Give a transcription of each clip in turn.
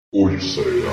Odisseia.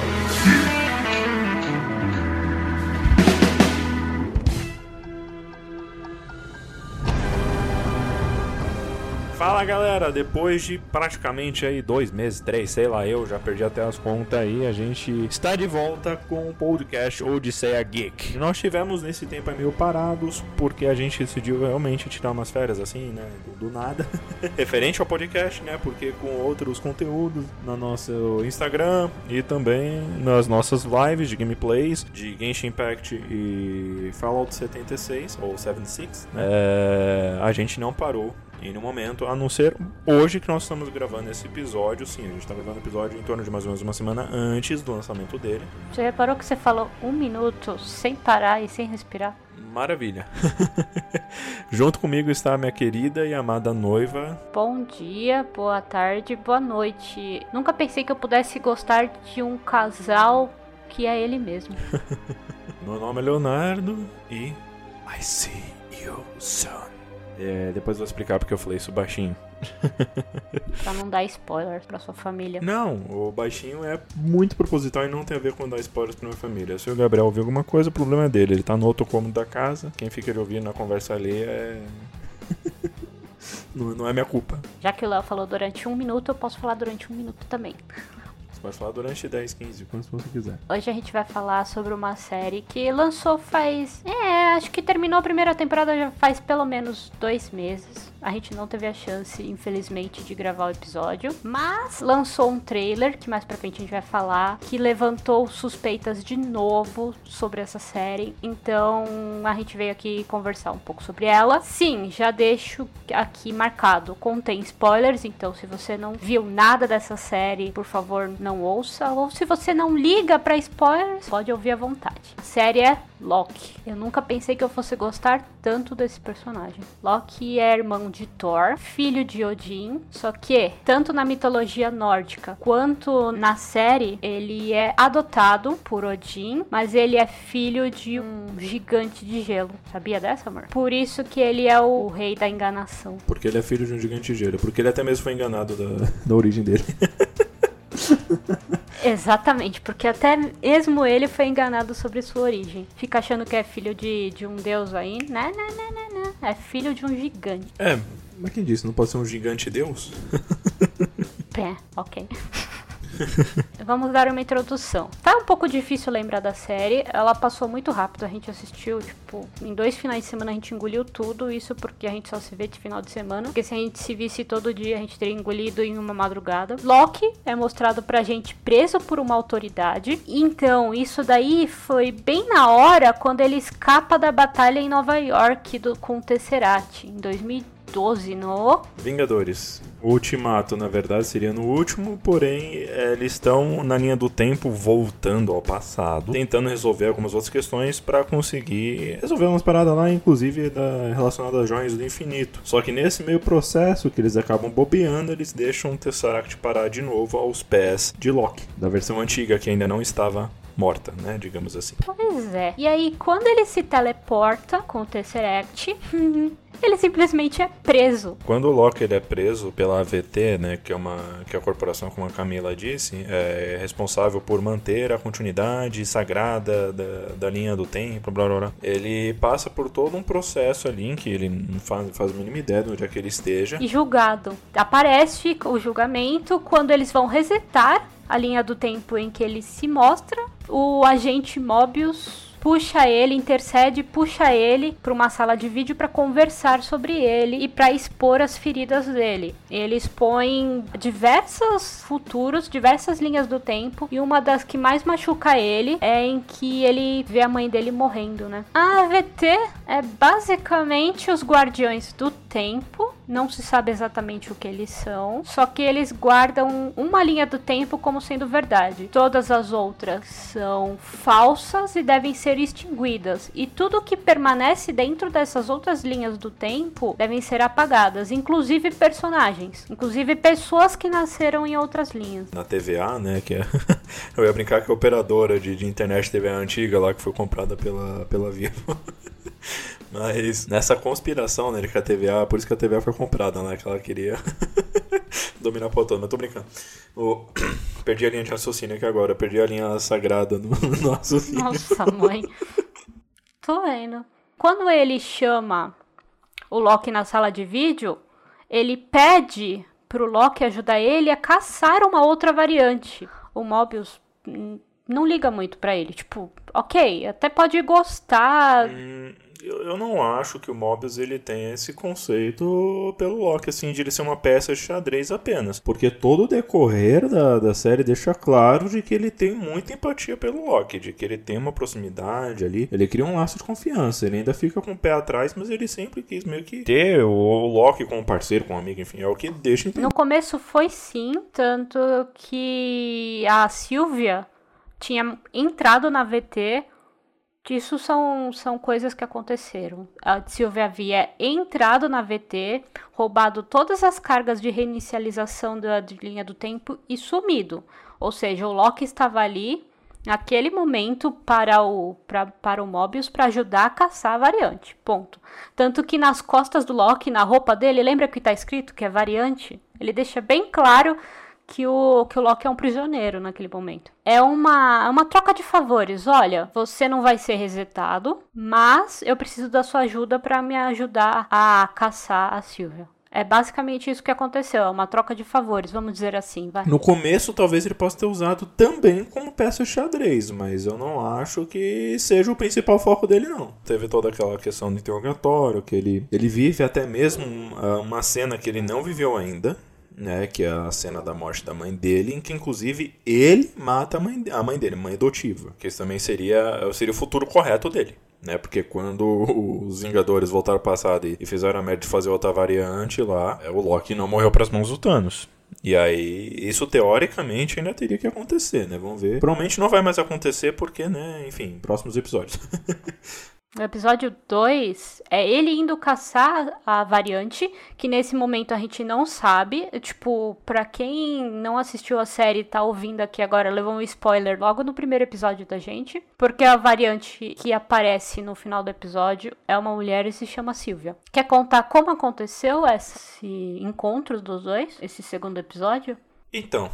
Fala galera, depois de praticamente aí 2 meses, 3, sei lá, eu já perdi até as contas aí, a gente está de volta com o podcast Odisseia Geek. Nós tivemos nesse tempo aí meio parados, porque a gente decidiu realmente tirar umas férias assim, né, do nada, referente ao podcast, né, porque com outros conteúdos no nosso Instagram e também nas nossas lives de gameplays de Genshin Impact e Fallout 76, ou 76, né, a gente não parou. E no momento, a não ser hoje que nós estamos gravando esse episódio, sim, a gente está gravando o episódio em torno de mais ou menos uma semana antes do lançamento dele. Você reparou que você falou 1 minuto sem parar e sem respirar? Maravilha. Junto comigo está a minha querida e amada noiva. Bom dia, boa tarde, boa noite. Nunca pensei que eu pudesse gostar de um casal que é ele mesmo. Meu nome é Leonardo e I see you soon. Depois eu vou explicar porque eu falei isso baixinho. Pra não dar spoilers pra sua família. Não, o baixinho é muito proposital e não tem a ver com dar spoilers pra minha família. Se o Gabriel ouvir alguma coisa, o problema é dele. Ele tá no outro cômodo da casa. Quem fica ele ouvindo na conversa ali é... não é minha culpa. Já que o Léo falou durante 1 minuto, eu posso falar durante 1 minuto também. Você pode falar durante 10, 15, quanto você quiser. Hoje a gente vai falar sobre uma série que lançou faz... acho que terminou a primeira temporada já faz pelo menos 2 meses. A gente não teve a chance, infelizmente, de gravar o episódio. Mas lançou um trailer, que mais pra frente a gente vai falar, que levantou suspeitas de novo sobre essa série. Então a gente veio aqui conversar um pouco sobre ela. Sim, já deixo aqui marcado. Contém spoilers, então se você não viu nada dessa série, por favor, não ouça. Ou se você não liga pra spoilers, pode ouvir à vontade. A série é Loki. Eu nunca pensei que eu fosse gostar tanto desse personagem. Loki é irmão de Thor, filho de Odin, só que tanto na mitologia nórdica quanto na série, ele é adotado por Odin, mas ele é filho de um gigante de gelo. Sabia dessa, amor? Por isso que ele é o rei da enganação. Porque ele é filho de um gigante de gelo, porque ele até mesmo foi enganado da origem dele. Exatamente, porque até mesmo ele foi enganado sobre sua origem. Fica achando que é filho de um deus aí. Não. É filho de um gigante. Mas quem disse? Não pode ser um gigante deus? Ok. Vamos dar uma introdução. Tá um pouco difícil lembrar da série. Ela passou muito rápido. A gente assistiu, em 2 finais de semana a gente engoliu tudo. Isso porque a gente só se vê de final de semana. Porque se a gente se visse todo dia, a gente teria engolido em uma madrugada. Loki é mostrado pra gente preso por uma autoridade. Então, isso daí foi bem na hora quando ele escapa da batalha em Nova York com o Tesseract, em 2012, no... Vingadores. O Ultimato, na verdade, seria no último, porém, eles estão na linha do tempo voltando ao passado, tentando resolver algumas outras questões para conseguir resolver umas paradas lá, inclusive relacionadas às joias do infinito. Só que nesse meio processo que eles acabam bobeando, eles deixam o Tesseract parar de novo aos pés de Loki, da versão antiga que ainda não estava morta, né, digamos assim. Pois é. E aí, quando ele se teleporta com o Tesseract, ele simplesmente é preso. Quando o Loki ele é preso pela AVT, né, que é a corporação, como a Camila disse, é responsável por manter a continuidade sagrada da linha do tempo, blá blá blá. Ele passa por todo um processo ali em que ele não faz a mínima ideia de onde é que ele esteja. E julgado. Aparece o julgamento quando eles vão resetar a linha do tempo em que ele se mostra. O agente Mobius puxa ele para uma sala de vídeo para conversar sobre ele e para expor as feridas dele. Ele expõe diversos futuros, diversas linhas do tempo, e uma das que mais machuca ele é em que ele vê a mãe dele morrendo, né? A AVT é basicamente os guardiões do tempo. Não se sabe exatamente o que eles são, só que eles guardam uma linha do tempo como sendo verdade. Todas as outras são falsas e devem ser extinguidas. E tudo que permanece dentro dessas outras linhas do tempo devem ser apagadas, inclusive personagens, inclusive pessoas que nasceram em outras linhas. Na TVA, né, que é... eu ia brincar que a operadora de internet TVA antiga lá, que foi comprada pela Vivo. Mas nessa conspiração, né, que a TVA, por isso que a TVA foi comprada, né, que ela queria dominar o pau todo, mas tô brincando. perdi a linha de raciocínio aqui agora. Perdi a linha sagrada no raciocínio. Nossa, mãe. Tô vendo. Quando ele chama o Loki na sala de vídeo, ele pede pro Loki ajudar ele a caçar uma outra variante. O Mobius não liga muito pra ele. Tipo, ok, até pode gostar. Eu não acho que o Mobius ele tenha esse conceito pelo Loki, assim, de ele ser uma peça de xadrez apenas. Porque todo o decorrer da série deixa claro de que ele tem muita empatia pelo Loki, de que ele tem uma proximidade ali. Ele cria um laço de confiança, ele ainda fica com o pé atrás, mas ele sempre quis meio que ter o Loki como parceiro, como amigo, enfim, é o que deixa entender. No começo foi sim, tanto que a Sylvia tinha entrado na VT. Isso são coisas que aconteceram. A Sylvia havia entrado na VT, roubado todas as cargas de reinicialização da linha do tempo e sumido. Ou seja, o Loki estava ali, naquele momento, para o Mobius para ajudar a caçar a variante. Ponto. Tanto que nas costas do Loki, na roupa dele, lembra que está escrito que é variante? Ele deixa bem claro que o Loki é um prisioneiro naquele momento. É uma troca de favores. Olha, você não vai ser resetado, mas eu preciso da sua ajuda para me ajudar a caçar a Sylvia. É basicamente isso que aconteceu. É uma troca de favores, vamos dizer assim. Vai. No começo, talvez ele possa ter usado também como peça de xadrez, mas eu não acho que seja o principal foco dele, não. Teve toda aquela questão do interrogatório, que ele vive até mesmo uma cena que ele não viveu ainda, né, que é a cena da morte da mãe dele, em que inclusive ele mata a mãe dele, mãe adotiva, que isso também seria o futuro correto dele, né, porque quando os Vingadores voltaram ao passado e fizeram a merda de fazer outra variante lá, o Loki não morreu pras mãos do Thanos. E aí, isso teoricamente ainda teria que acontecer, né, vamos ver. Provavelmente não vai mais acontecer porque, né, enfim, próximos episódios. No episódio 2, é ele indo caçar a variante, que nesse momento a gente não sabe. Tipo, pra quem não assistiu a série e tá ouvindo aqui agora, levou um spoiler logo no primeiro episódio da gente. Porque a variante que aparece no final do episódio é uma mulher e se chama Sylvia. Quer contar como aconteceu esse encontro dos dois, esse segundo episódio? Então,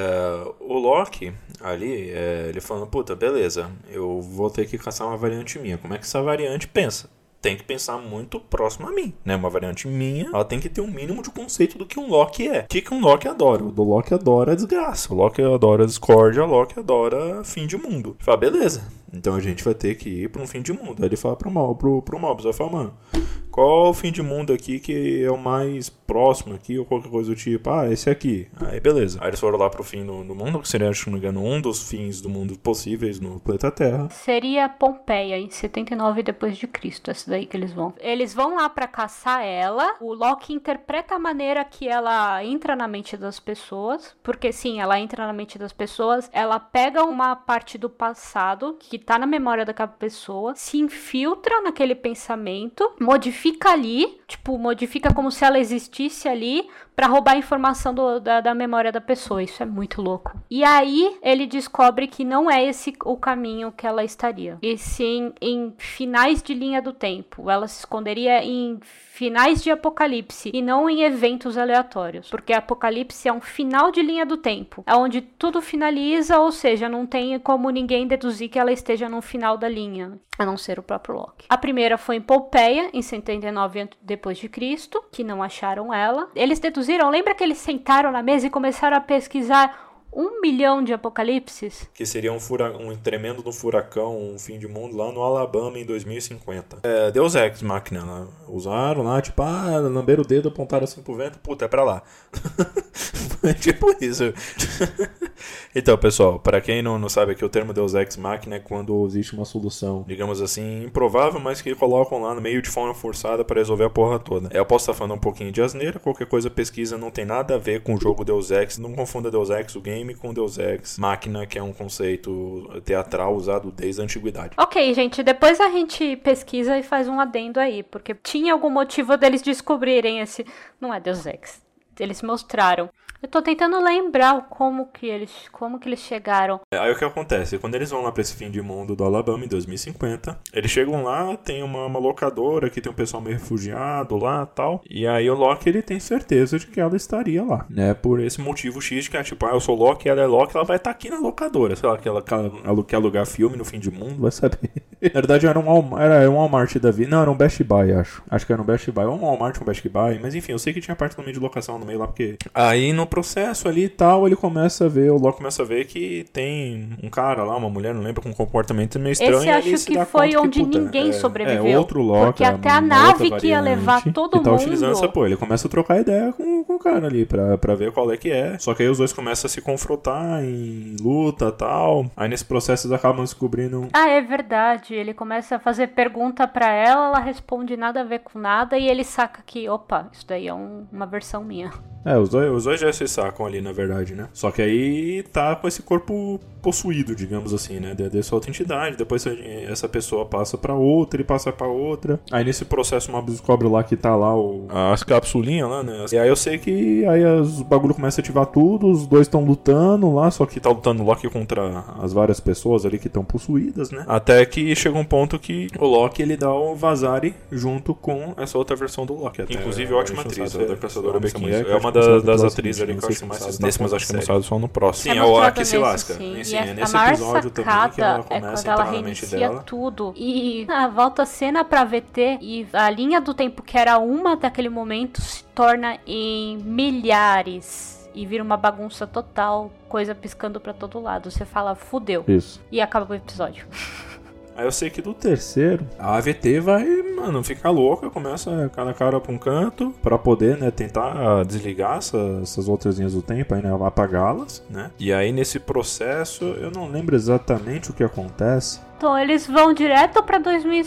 o Loki ali, ele falando, puta, beleza, eu vou ter que caçar uma variante minha. Como é que essa variante pensa? Tem que pensar muito próximo a mim, né? Uma variante minha, ela tem que ter um mínimo de conceito do que um Loki é. O que um Loki adora? O Loki adora a desgraça, o Loki adora a discórdia, o Loki adora fim de mundo. Fala, beleza, então a gente vai ter que ir pra um fim de mundo. Aí ele fala pro Mobius, vai falar, mano, qual é o fim de mundo aqui que é o mais próximo aqui, ou qualquer coisa do tipo, esse aqui. Aí beleza. Aí eles foram lá pro fim do mundo, que seria, acho que não me engano, um dos fins do mundo possíveis no planeta Terra. Seria Pompeia, em 79 depois de Cristo, essa daí que eles vão. Eles vão lá pra caçar ela, o Loki interpreta a maneira que ela entra na mente das pessoas, porque sim, ela entra na mente das pessoas, ela pega uma parte do passado, que tá na memória daquela pessoa, se infiltra naquele pensamento, modifica ali, modifica como se ela existisse ali pra roubar a informação da memória da pessoa. Isso é muito louco. E aí ele descobre que não é esse o caminho que ela estaria, e sim em finais de linha do tempo. Ela se esconderia em finais de Apocalipse e não em eventos aleatórios, porque Apocalipse é um final de linha do tempo, é onde tudo finaliza, ou seja, não tem como ninguém deduzir que ela esteja no final da linha, a não ser o próprio Loki. A primeira foi em Pompeia, em 79 depois de Cristo, que não acharam ela. Eles deduziram, lembra que eles sentaram na mesa e começaram a pesquisar 1 milhão de apocalipses? Que seria um tremendo do furacão, um fim de mundo lá no Alabama em 2050. Deus Ex Machina, né? Usaram lá, lamberam o dedo, apontaram assim pro vento, puta, é pra lá. Tipo isso. Então, pessoal, para quem não sabe aqui, o termo Deus Ex Machina é quando existe uma solução, digamos assim, improvável, mas que colocam lá no meio de forma forçada para resolver a porra toda. Eu posso estar falando um pouquinho de asneira, qualquer coisa pesquisa, não tem nada a ver com o jogo Deus Ex, não confunda Deus Ex, o game, com Deus Ex Machina, que é um conceito teatral usado desde a antiguidade. Ok, gente, depois a gente pesquisa e faz um adendo aí, porque tinha algum motivo deles descobrirem esse... Não é Deus Ex. eles mostraram. Eu tô tentando lembrar como que eles chegaram. Aí o que acontece? Quando eles vão lá pra esse fim de mundo do Alabama em 2050, eles chegam lá, tem uma locadora que tem um pessoal meio refugiado lá e tal. E aí o Loki, ele tem certeza de que ela estaria lá, né? Por esse motivo X, que é tipo, eu sou Loki, ela é Loki, ela vai estar aqui na locadora. Sei lá, que ela quer alugar filme no fim de mundo, vai saber. Na verdade era um Walmart da vida. Não, era um Best Buy, acho. Acho que era um Best Buy. Ou um Walmart, um Best Buy. Mas enfim, eu sei que tinha parte também de locação no meio lá, porque... Aí no processo ali e tal, o Loki começa a ver que tem um cara lá, uma mulher, não lembro, com um comportamento meio estranho. Esse acho que foi onde ninguém sobreviveu. É outro Loki. Porque até a nave que ia levar todo mundo... tá utilizando essa, ele começa a trocar ideia com o cara ali, pra ver qual é que é. Só que aí os dois começam a se confrontar em luta e tal. Aí nesse processo eles acabam descobrindo... Ah, é verdade. Ele começa a fazer pergunta pra ela responde nada a ver com nada, e ele saca que, opa, isso daí é uma versão minha. Os dois já se sacam ali, na verdade, né? Só que aí tá com esse corpo possuído, digamos assim, né? Dessa outra entidade. Depois essa pessoa passa pra outra, ele passa pra outra. Aí nesse processo o Mobius descobre lá que tá lá as capsulinhas lá, né? E aí eu sei que aí os bagulho começa a ativar tudo, os dois estão lutando lá, só que tá lutando o Loki contra as várias pessoas ali que estão possuídas, né? Até que chega um ponto que o Loki, ele dá o Vazari junto com essa outra versão do Loki. Inclusive, ótima atriz, da Caçadora Bequim. É uma das atrizes ali que eu acho mais nesse, mas acho que é mostrado só no próximo. Sim, é a que se lasca. Sim, é nesse episódio também que ela começa a entrar na mente dela. Tudo. E volta a cena pra VT e a linha do tempo que era uma daquele momento se torna em milhares. E vira uma bagunça total, coisa piscando pra todo lado. Você fala, fudeu. Isso. E acaba o episódio. Aí eu sei que do terceiro, a AVT vai, mano, ficar louca, começa a cada cara pra um canto, pra poder, né, tentar desligar essas outras linhas do tempo, aí, né, apagá-las, né. E aí nesse processo, eu não lembro exatamente o que acontece. Então eles vão direto pra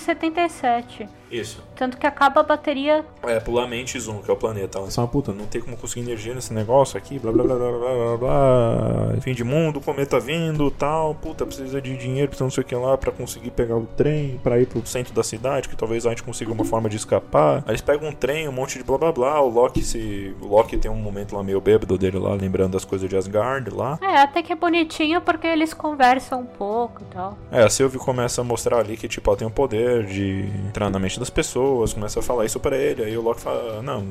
2077. Isso. Tanto que acaba a bateria... Pula Mantis 1, que é o planeta. Ela fala, puta, não tem como conseguir energia nesse negócio aqui, blá blá blá blá blá blá, fim de mundo, cometa vindo, tal, puta, precisa de dinheiro, precisa não sei o que lá pra conseguir pegar o trem, pra ir pro centro da cidade, que talvez a gente consiga uma forma de escapar. Aí eles pegam um trem, um monte de blá blá blá, o Loki tem um momento lá meio bêbado dele lá, lembrando das coisas de Asgard lá. Até que é bonitinho porque eles conversam um pouco e tal. A Sylvie começa a mostrar ali que, tipo, ela tem o poder de entrar na mente das pessoas, começa a falar isso pra ele, aí o Loki fala, não,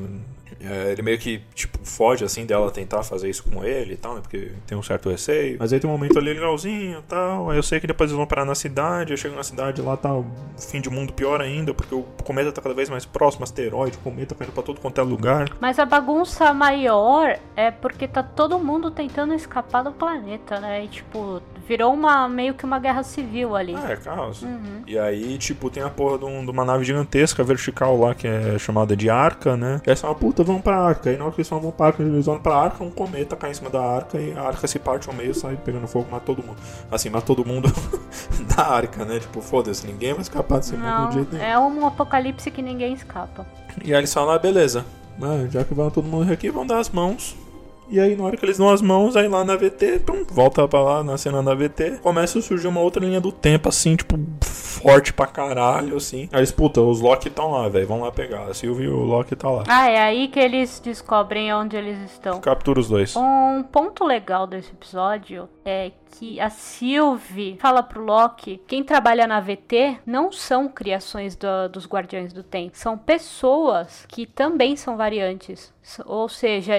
ele meio que, tipo, foge, assim, dela tentar fazer isso com ele e tal, né, porque tem um certo receio, mas aí tem um momento ali legalzinho e tal, aí eu sei que depois eles vão parar na cidade, eu chego na cidade lá, tá, fim de mundo pior ainda, porque o cometa tá cada vez mais próximo, asteroide, o cometa caindo pra todo quanto é lugar. Mas a bagunça maior é porque tá todo mundo tentando escapar do planeta, né, e, tipo, virou meio que uma guerra civil ali. Caos. Uhum. E aí, tipo, tem a porra de uma nave gigantesca vertical lá, que é chamada de Arca, né? E aí você fala, puta, vamos pra Arca. E na hora que eles vão pra Arca, eles vão pra Arca, um cometa cai em cima da Arca e a Arca se parte ao meio, sai pegando fogo, mata todo mundo. Assim, mata todo mundo da Arca, né? Tipo, foda-se, ninguém vai escapar desse mundo de jeito nenhum. É um apocalipse que ninguém escapa. E aí eles falam, beleza, já que vai todo mundo aqui, vão dar as mãos. E aí, na hora que eles dão as mãos, aí lá na VT, volta pra lá na cena da VT, começa a surgir uma outra linha do tempo, assim, tipo, forte pra caralho, assim. Aí eles, puta, os Loki estão lá, velho, vão lá pegar. A Sylvie e o Loki tá lá. É aí que eles descobrem onde eles estão. Captura os dois. Um ponto legal desse episódio é que a Sylvie fala pro Loki, quem trabalha na VT não são criações dos Guardiões do Tempo, são pessoas que também são variantes. Ou seja,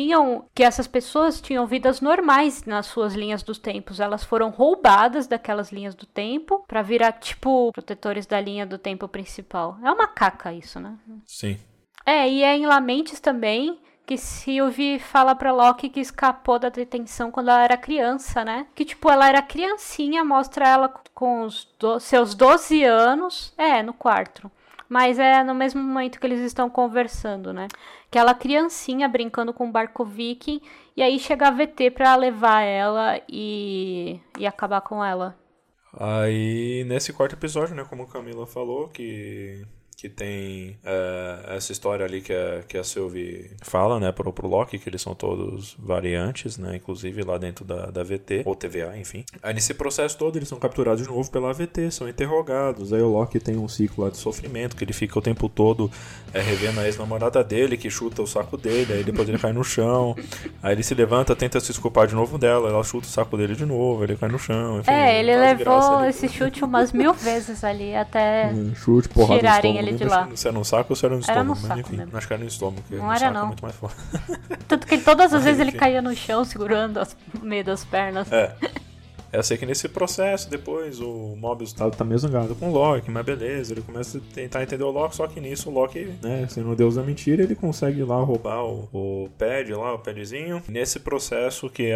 que essas pessoas tinham vidas normais nas suas linhas dos tempos. Elas foram roubadas daquelas linhas do tempo pra virar, tipo, protetores da linha do tempo principal. É uma caca isso, né? Sim. E é em Lamentes também que Sylvie fala pra Loki que escapou da detenção quando ela era criança, né? Que, tipo, ela era criancinha, mostra ela com os seus 12 anos. No quarto. Mas é no mesmo momento que eles estão conversando, né? Aquela criancinha brincando com um barco viking. E aí chega a VT pra levar ela e acabar com ela. Aí, nesse quarto episódio, né? Como a Camila falou, que que tem essa história ali que a Sylvie fala, né, pro Loki, que eles são todos variantes, né, inclusive lá dentro da AVT, ou TVA, enfim. Aí nesse processo todo eles são capturados de novo pela AVT, são interrogados, aí o Loki tem um ciclo lá de sofrimento, que ele fica o tempo todo revendo a ex-namorada dele, que chuta o saco dele, aí depois ele cai no chão, aí ele se levanta, tenta se desculpar de novo dela, ela chuta o saco dele de novo, ele cai no chão, enfim. Ele levou esse chute umas 1000 vezes ali, até chute, porrada tirarem ele de lá. Se era no saco ou se era no estômago, mas saco enfim, mesmo. acho que era no estômago, porque não no era saco não. é muito mais forte. Tanto que todas as vezes ele caía no chão, segurando no meio das pernas. Eu sei que nesse processo, depois, o Mobius tá meio zangado com o Loki, mas beleza, ele começa a tentar entender o Loki, só que nisso o Loki, né, sendo o deus da mentira, ele consegue ir lá roubar o pad lá, o padzinho. Nesse processo que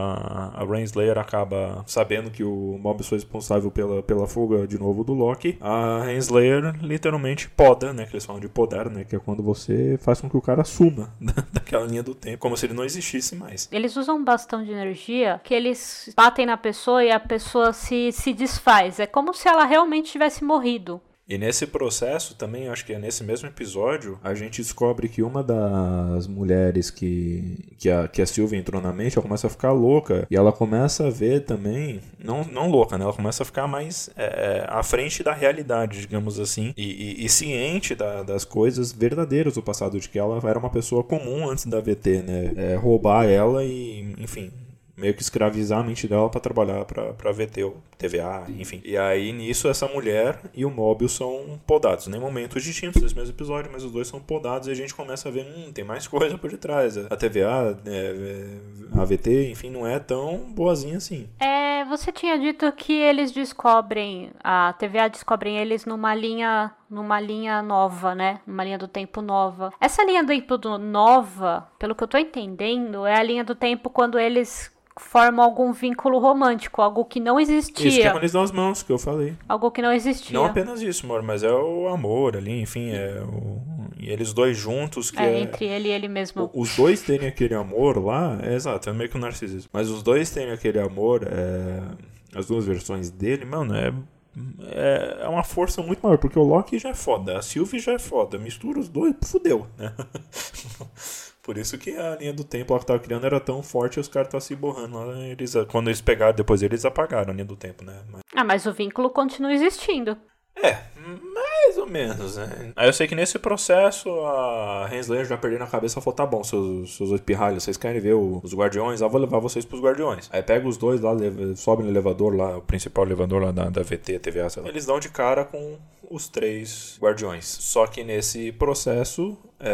a Renslayer acaba sabendo que o Mobius foi responsável pela fuga de novo do Loki, a Renslayer literalmente poda, né, que eles falam de podar, né, que é quando você faz com que o cara suma daquela linha do tempo, como se ele não existisse mais. Eles usam um bastão de energia que eles batem na pessoa e a pessoa se desfaz. É como se ela realmente tivesse morrido. E nesse processo também, acho que é nesse mesmo episódio, a gente descobre que uma das mulheres que a Sylvie entrou na mente, ela começa a ficar louca. E ela começa a ver também, não louca, né? Ela começa a ficar mais à frente da realidade, digamos assim. E ciente das coisas verdadeiras do passado, de que ela era uma pessoa comum antes da VT, né? Roubar ela e, enfim, meio que escravizar a mente dela pra trabalhar pra VT ou TVA, enfim. E aí, nisso, essa mulher e o Mobius são podados. Nem momentos distintos desse mesmo episódio, mas os dois são podados e a gente começa a ver, tem mais coisa por detrás. A TVA, a VT, enfim, não é tão boazinha assim. Você tinha dito que eles descobrem, a TVA descobrem eles numa linha nova, né? Numa linha do tempo nova. Essa linha do tempo nova, pelo que eu tô entendendo, é a linha do tempo quando eles formam algum vínculo romântico, algo que não existia. Isso que é quando eles dão as mãos, que eu falei. Algo que não existia. Não apenas isso, amor, mas é o amor ali, enfim, e eles dois juntos, que entre ele e ele mesmo. Os dois terem aquele amor lá, exato, é meio que um narcisismo. Mas os dois terem aquele amor, as duas versões dele, mano, é uma força muito maior, porque o Loki já é foda, a Sylvie já é foda, mistura os dois, fudeu, né? Por isso que a linha do tempo que tava criando era tão forte e os caras estavam se borrando lá. Quando eles pegaram, depois eles apagaram a linha do tempo, né? Mas o vínculo continua existindo. Mais ou menos, né? Aí eu sei que nesse processo a Renslayer já perdeu na cabeça e falou, tá bom, seus oito pirralhos, vocês querem ver os guardiões? Eu vou levar vocês pros guardiões. Aí pega os dois lá, sobe no elevador lá, o principal elevador lá da VT, TVA, sei lá. Eles dão de cara com os 3 guardiões. Só que nesse processo,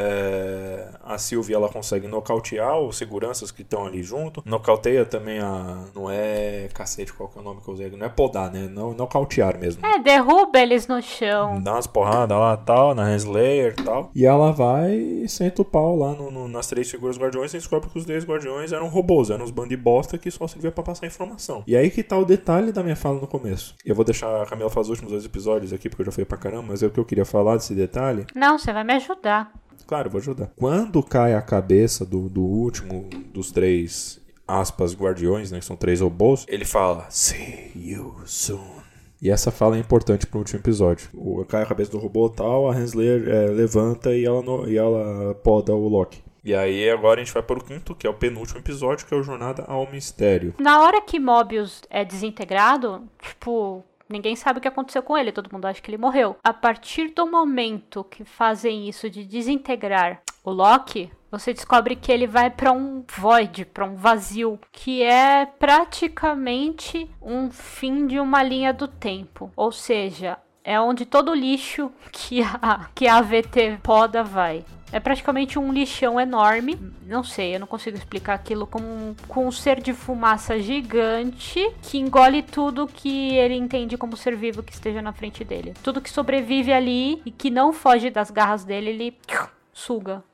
a Sylvie, ela consegue nocautear os seguranças que estão ali junto. Nocauteia também não é cacete, qual que é o nome que eu usei? Não é podar, né? Não, nocautear mesmo. Derruba eles no chão. Dá umas porradas lá, tal, na Renslayer e tal. E ela vai e senta o pau lá nas 3 figuras guardiões e descobre que os 3 guardiões eram robôs, eram uns bandos de bosta que só servia pra passar informação. E aí que tá o detalhe da minha fala no começo. Eu vou deixar a Camila fazer os últimos 2 episódios aqui, porque eu já falei pra caramba, mas é o que eu queria falar desse detalhe. Não, você vai me ajudar. Claro, eu vou ajudar. Quando cai a cabeça do último dos 3, aspas, guardiões, né, que são 3 robôs, ele fala, see you soon. E essa fala é importante pro último episódio. Cai a cabeça do robô e tal, a Renslayer levanta e ela poda o Loki. E aí agora a gente vai para o 5º, que é o penúltimo episódio, que é o Jornada ao Mistério. Na hora que Mobius é desintegrado, ninguém sabe o que aconteceu com ele, todo mundo acha que ele morreu. A partir do momento que fazem isso de desintegrar o Loki, você descobre que ele vai para um void, para um vazio, que é praticamente um fim de uma linha do tempo. Ou seja, é onde todo o lixo que a AVT poda vai. É praticamente um lixão enorme. Não sei, eu não consigo explicar aquilo com um ser de fumaça gigante que engole tudo que ele entende como ser vivo que esteja na frente dele. Tudo que sobrevive ali e que não foge das garras dele, ele suga.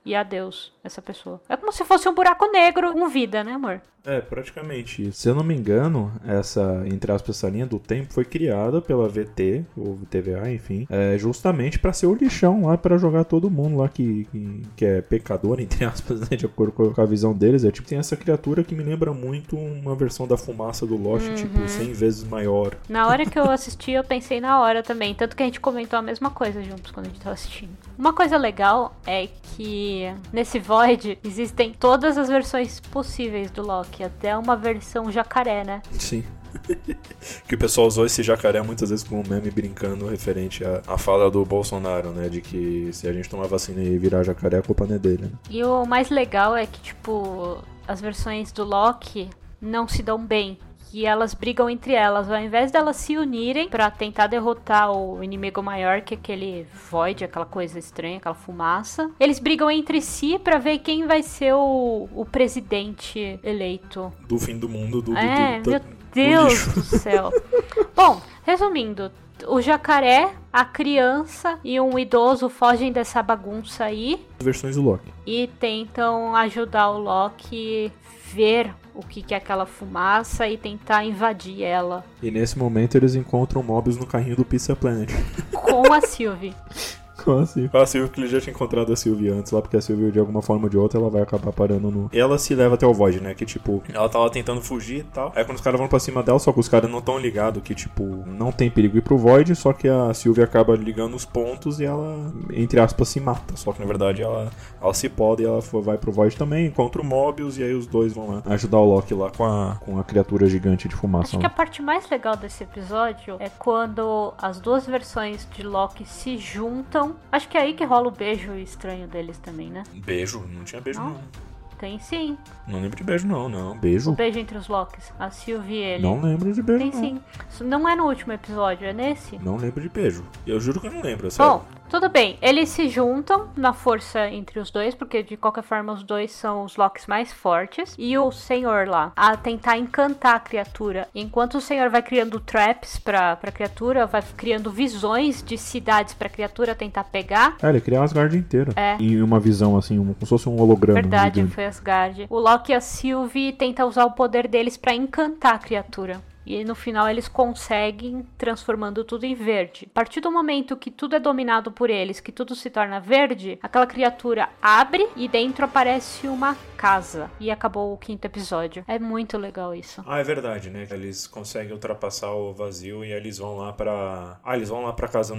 e adeus essa pessoa. É como se fosse um buraco negro com vida, né, amor? É, praticamente isso. Se eu não me engano, essa, entre aspas, essa linha do tempo foi criada pela VT, ou TVA, enfim, justamente pra ser o lixão lá, pra jogar todo mundo lá que é pecador, entre aspas, né, de acordo com a visão deles. É tipo, tem essa criatura que me lembra muito uma versão da fumaça do Lost, tipo, 100 vezes maior. Na hora que eu assisti, eu pensei na hora também, tanto que a gente comentou a mesma coisa juntos quando a gente tava assistindo. Uma coisa legal é que nesse Void existem todas as versões possíveis do Loki, até uma versão jacaré, né? Sim. Que o pessoal usou esse jacaré muitas vezes como meme brincando referente à fala do Bolsonaro, né? De que se a gente tomar vacina e virar jacaré, a culpa não é dele, né? E o mais legal é que, tipo, as versões do Loki não se dão bem. Que elas brigam entre elas, ao invés delas se unirem pra tentar derrotar o inimigo maior, que é aquele Void, aquela coisa estranha, aquela fumaça. Eles brigam entre si pra ver quem vai ser o presidente eleito. Do fim do mundo, meu Deus do céu. Bom, resumindo, o jacaré, a criança e um idoso fogem dessa bagunça aí. Versões do Loki. E tentam ajudar o Loki ver o que é aquela fumaça e tentar invadir ela. E nesse momento eles encontram Mobius no carrinho do Pizza Planet. Com a Sylvie. Com a Sylvie, que ele já tinha encontrado a Sylvie antes lá, porque a Sylvie, de alguma forma ou de outra, ela vai acabar parando no... Ela se leva até o Void, né? Que, tipo, ela tava tentando fugir e tal. Aí quando os caras vão pra cima dela, só que os caras não tão ligados que, tipo, não tem perigo ir pro Void, só que a Sylvie acaba ligando os pontos e ela, entre aspas, se mata. Só que, na verdade, ela se poda e ela vai pro Void também, encontra o Mobius e aí os dois vão lá ajudar o Loki lá com a criatura gigante de fumaça. Acho que a parte mais legal desse episódio é quando as duas versões de Loki se juntam. Acho que é aí que rola o beijo estranho deles também, né? Beijo? Não tinha beijo, não. Tem sim. Não lembro de beijo, não. Beijo? O beijo entre os Lokis. A Sylvie e ele. Não lembro de beijo, Tem sim. Isso não é no último episódio, é nesse? Não lembro de beijo. Eu juro que eu não lembro, é sério. Bom, tudo bem. Eles se juntam na força entre os dois, porque de qualquer forma os dois são os Lokis mais fortes. E o senhor lá, a tentar encantar a criatura. Enquanto o senhor vai criando traps pra criatura, vai criando visões de cidades pra criatura tentar pegar. Ele cria uma Asgard inteira. É. Em uma visão assim, como se fosse um holograma. Verdade, foi Asgard. O Loki e a Sylvie tentam usar o poder deles pra encantar a criatura. E no final eles conseguem, transformando tudo em verde. A partir do momento que tudo é dominado por eles, que tudo se torna verde, aquela criatura abre e dentro aparece uma casa. E acabou o 5º episódio. É muito legal isso. É verdade, né? Eles conseguem ultrapassar o vazio e eles vão lá pra... eles vão lá pra casa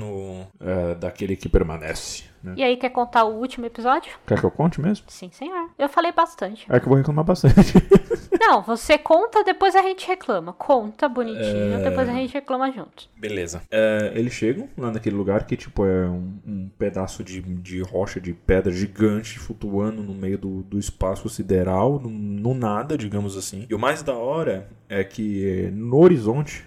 daquele que permanece, né? E aí, quer contar o último episódio? Quer que eu conte mesmo? Sim, senhor. Eu falei bastante. É que eu vou reclamar bastante. Não, você conta, depois a gente reclama. Conta bonitinho, depois a gente reclama junto. Beleza. Eles chegam lá naquele lugar que, tipo, é um pedaço de rocha, de pedra gigante flutuando no meio do espaço sideral, no nada, digamos assim. E o mais da hora é que no horizonte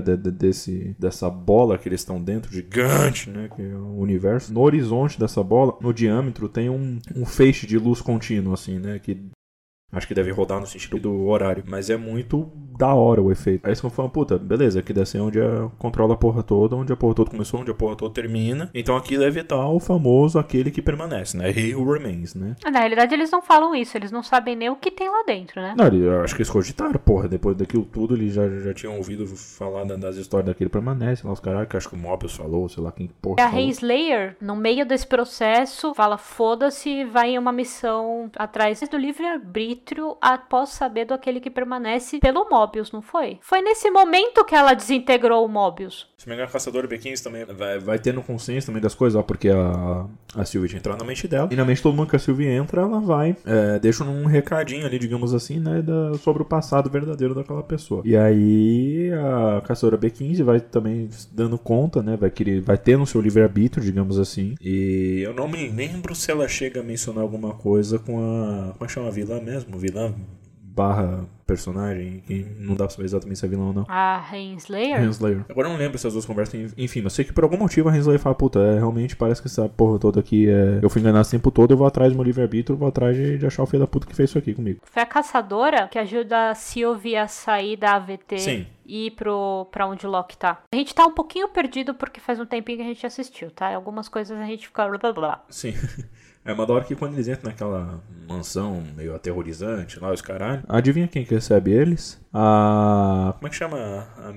dessa bola que eles estão dentro, gigante, né, que é o universo, no horizonte dessa bola, no diâmetro, tem um feixe de luz contínua, assim, né, que acho que deve rodar no sentido do horário. Mas é muito da hora o efeito. Aí eles vão falando, puta, beleza, aqui deve ser onde controla a porra toda, onde a porra toda começou, onde a porra toda termina. Então aqui deve estar o famoso aquele que permanece, né? He who remains, né? Na realidade eles não falam isso, eles não sabem nem o que tem lá dentro, né? Não, eu acho que eles cogitaram, porra. Depois daquilo tudo, eles já tinham ouvido falar das histórias daquele permanece, lá os caras, que acho que o Mobius falou, sei lá quem porra. A Renslayer, no meio desse processo, fala foda-se e vai em uma missão atrás do livre-arbítrio após saber do aquele que permanece pelo Mobius, não foi? Foi nesse momento que ela desintegrou o Mobius. Se me engano, a Caçadora B15 também vai tendo consciência também das coisas, ó, porque a Sylvie tinha entrado na mente dela. E na mente de todo mundo que a Sylvie entra, ela vai, deixa um recadinho ali, digamos assim, né, sobre o passado verdadeiro daquela pessoa. E aí a Caçadora B15 vai também dando conta, né, vai ter no seu livre-arbítrio, digamos assim. E eu não me lembro se ela chega a mencionar alguma coisa com a... Como é que chama a vilã mesmo? Vilã barra personagem, que não dá pra saber exatamente se é vilão ou não. A Renslayer? Renslayer. Agora eu não lembro se as duas conversam, enfim, eu sei que por algum motivo a Renslayer fala, puta, realmente parece que essa porra toda aqui eu fui enganado esse tempo todo, eu vou atrás do meu livre-arbítrio, vou atrás de achar o filho da puta que fez isso aqui comigo. Foi a Caçadora que ajuda a Sylvie a sair da AVT. Sim. E ir pra onde o Loki tá. A gente tá um pouquinho perdido porque faz um tempinho que a gente assistiu, tá? Algumas coisas a gente fica blá blá blá. Sim. É uma da hora que quando eles entram naquela mansão meio aterrorizante lá, os caralho. Adivinha quem que recebe eles? Como é que chama? A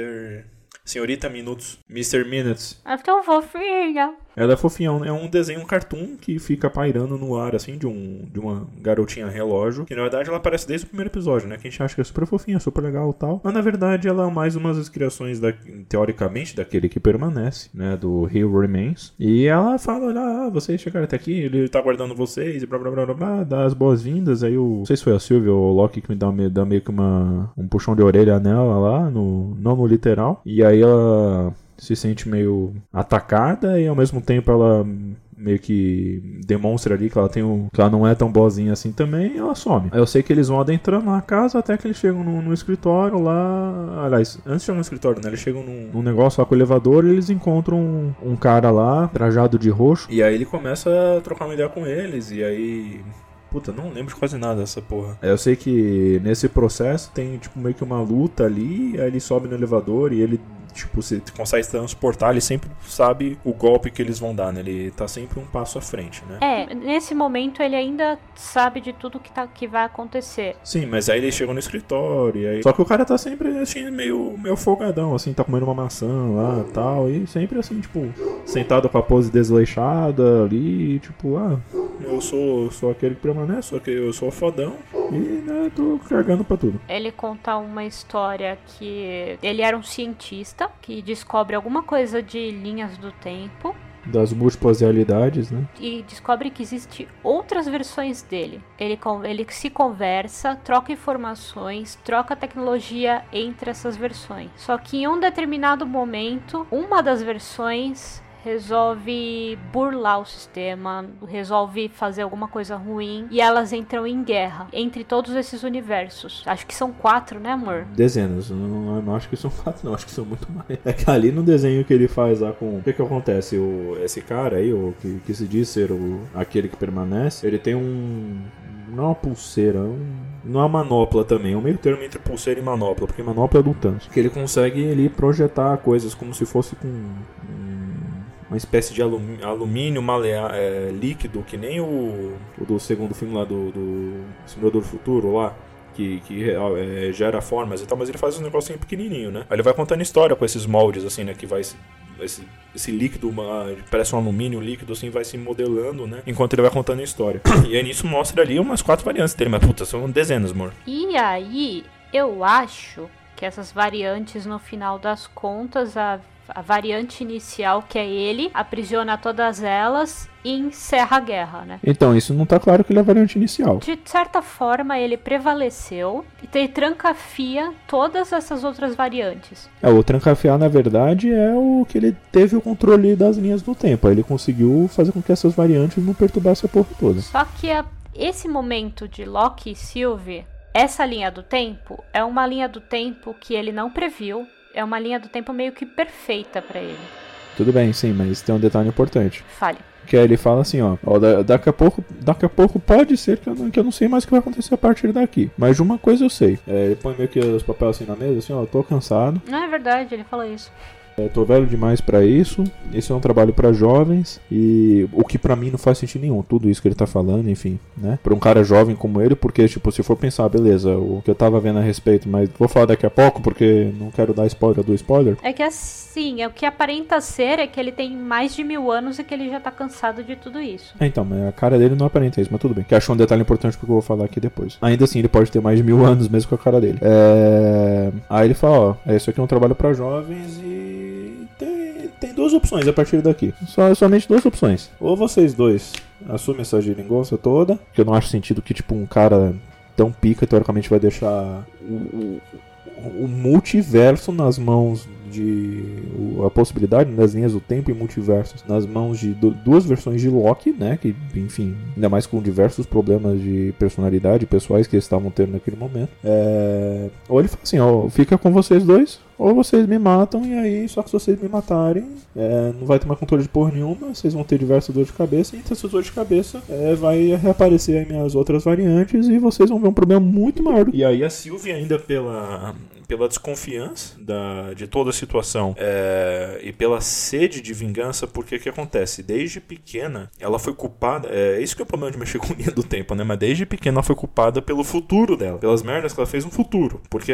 Senhorita Minutos. Mr. Minutes. É tão fofinha. Ela é fofinha, é um desenho, um cartoon que fica pairando no ar, assim, de uma garotinha relógio, que na verdade ela aparece desde o primeiro episódio, né, que a gente acha que é super fofinha, super legal e tal, mas na verdade ela é mais umas criações, teoricamente, daquele que permanece, né, do He Who Remains, e ela fala, olha, vocês chegaram até aqui, ele tá aguardando vocês, e blá blá blá blá blá, dá as boas-vindas, aí não sei se foi a Sylvia ou o Loki que me dá meio que um puxão de orelha nela lá, não no literal, e aí ela se sente meio atacada e ao mesmo tempo ela meio que demonstra ali que ela que ela não é tão boazinha assim também, e ela some. Aí eu sei que eles vão adentrando na casa até que eles chegam no escritório lá. Aliás, antes de chegar no escritório, né? Eles chegam num negócio lá com o elevador e eles encontram um cara lá, trajado de roxo. E aí ele começa a trocar uma ideia com eles, e aí... Puta, não lembro de quase nada dessa porra. Eu sei que nesse processo tem tipo meio que uma luta ali, aí ele sobe no elevador e ele... Tipo, você consegue transportar, ele sempre sabe o golpe que eles vão dar, né? Ele tá sempre um passo à frente, né? Nesse momento ele ainda sabe de tudo que vai acontecer. Sim, mas aí eles chegam no escritório e aí... Só que o cara tá sempre, assim, meio folgadão, assim, tá comendo uma maçã lá e tal, e sempre, assim, tipo, sentado com a pose desleixada ali, tipo, eu sou aquele que permanece, só que eu sou fodão e, né, tô carregando pra tudo. Ele conta uma história que ele era um cientista que descobre alguma coisa de linhas do tempo. Das múltiplas realidades, né? E descobre que existem outras versões dele. Ele se conversa, troca informações, troca tecnologia entre essas versões. Só que em um determinado momento, uma das versões resolve burlar o sistema, resolve fazer alguma coisa ruim e elas entram em guerra entre todos esses universos. Acho que são 4, né, amor? Dezenas. Não acho que são 4, não. Acho que são muito mais. É que ali no desenho que ele faz lá com... O que acontece? Esse cara aí, que se diz ser aquele que permanece, ele tem não é uma pulseira, não é uma manopla também, é um meio termo entre pulseira e manopla, porque manopla é do Thanos. Que ele consegue ali projetar coisas como se fosse com uma espécie de alumínio líquido, que nem o do segundo filme lá do Simulador do Futuro lá, que gera formas e tal, mas ele faz um negocinho pequenininho, né? Aí ele vai contando história com esses moldes, assim, né, que vai... Esse líquido, parece um alumínio líquido, assim, vai se modelando, né? Enquanto ele vai contando a história. E aí nisso mostra ali umas 4 variantes dele, mas puta, são dezenas, amor. E aí, eu acho que essas variantes, no final das contas, a variante inicial, que é ele, aprisiona todas elas e encerra a guerra, né? Então, isso não tá claro que ele é a variante inicial. De certa forma, ele prevaleceu e trancafia todas essas outras variantes. O trancafiar, na verdade, é o que ele teve o controle das linhas do tempo. Aí ele conseguiu fazer com que essas variantes não perturbassem a porra toda. Só que esse momento de Loki e Sylvie, essa linha do tempo, é uma linha do tempo que ele não previu. É uma linha do tempo meio que perfeita pra ele. Tudo bem, sim, mas tem um detalhe importante. Fale. Que aí ele fala assim, daqui a pouco pode ser que eu não sei mais o que vai acontecer a partir daqui. Mas de uma coisa eu sei. Ele põe meio que os papéis assim na mesa, assim, eu tô cansado. Não é verdade, ele fala isso. Tô velho demais pra isso. Esse é um trabalho pra jovens. E o que pra mim não faz sentido nenhum. Tudo isso que ele tá falando, enfim, né? Pra um cara jovem como ele, porque, tipo, se for pensar, beleza, o que eu tava vendo a respeito, mas vou falar daqui a pouco porque não quero dar spoiler do spoiler. É que assim, o que aparenta ser é que ele tem mais de 1000 anos e que ele já tá cansado de tudo isso. Então, mas a cara dele não aparenta isso, mas tudo bem. Que achou um detalhe importante porque eu vou falar aqui depois. Ainda assim, ele pode ter mais de 1000 anos mesmo com a cara dele. Aí ele fala, isso aqui é um trabalho pra jovens e tem 2 opções a partir daqui. Somente 2 opções. Ou vocês dois assumem essa geringonça toda, que eu não acho sentido que, tipo, um cara tão pica, teoricamente, vai deixar o multiverso nas mãos a possibilidade das linhas do tempo e multiversos nas mãos de 2 versões de Loki, né, que, enfim, ainda mais com diversos problemas de personalidade pessoais que eles estavam tendo naquele momento. Ou ele fala assim, fica com vocês dois, ou vocês me matam, e aí, só que se vocês me matarem, não vai ter mais controle de porra nenhuma, vocês vão ter diversas dores de cabeça, e entre essas dores de cabeça vai reaparecer aí minhas outras variantes, e vocês vão ver um problema muito maior. E aí a Sylvie, ainda pela desconfiança de toda a situação e pela sede de vingança, porque o que acontece? Desde pequena, ela foi culpada, isso que é o problema de mexer com linha do tempo, né? Mas desde pequena ela foi culpada pelo futuro dela, pelas merdas que ela fez no futuro, porque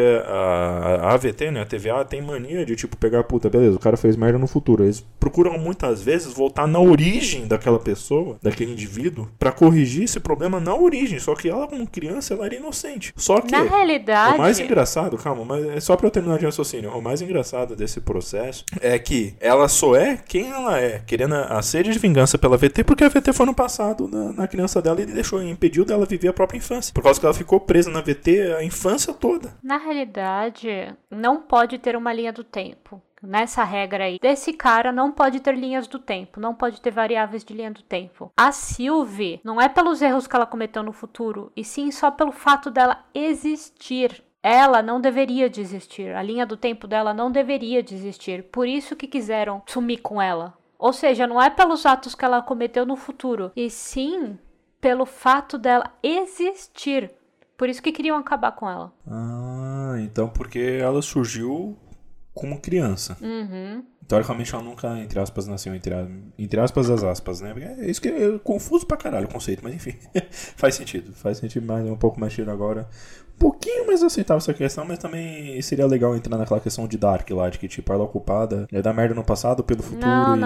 a AVT, né, a TVA, tem mania de tipo pegar, puta, beleza, o cara fez merda no futuro, eles procuram muitas vezes voltar na origem daquela pessoa, daquele indivíduo, pra corrigir esse problema na origem, só que ela como criança, ela era inocente. Só que na realidade, o mais engraçado, calma, mas é só pra eu terminar de raciocínio, o mais engraçado desse processo é que ela só é quem ela é, querendo a sede de vingança pela VT, porque a VT foi no passado na criança dela e impediu dela viver a própria infância, por causa que ela ficou presa na VT a infância toda. na realidade, não pode ter uma linha do tempo. Nessa regra aí, desse cara não pode ter linhas do tempo, não pode ter variáveis de linha do tempo. A Sylvie, não é pelos erros que ela cometeu no futuro, e sim só pelo fato dela existir. Ela não deveria desistir, a linha do tempo dela não deveria desistir, por isso que quiseram sumir com ela. Ou seja, não é pelos atos que ela cometeu no futuro, e sim pelo fato dela existir. Por isso que queriam acabar com ela. Ah, então porque ela surgiu como criança. Uhum. Teoricamente ela nunca, entre aspas, nasceu entre aspas as aspas, né? É isso que é confuso pra caralho o conceito, mas enfim. Faz sentido, mas é um pouco mais chido agora. Um pouquinho mais aceitável essa questão, mas também seria legal entrar naquela questão de Dark lá, de que tipo, ela é ocupada, é da merda no passado pelo futuro.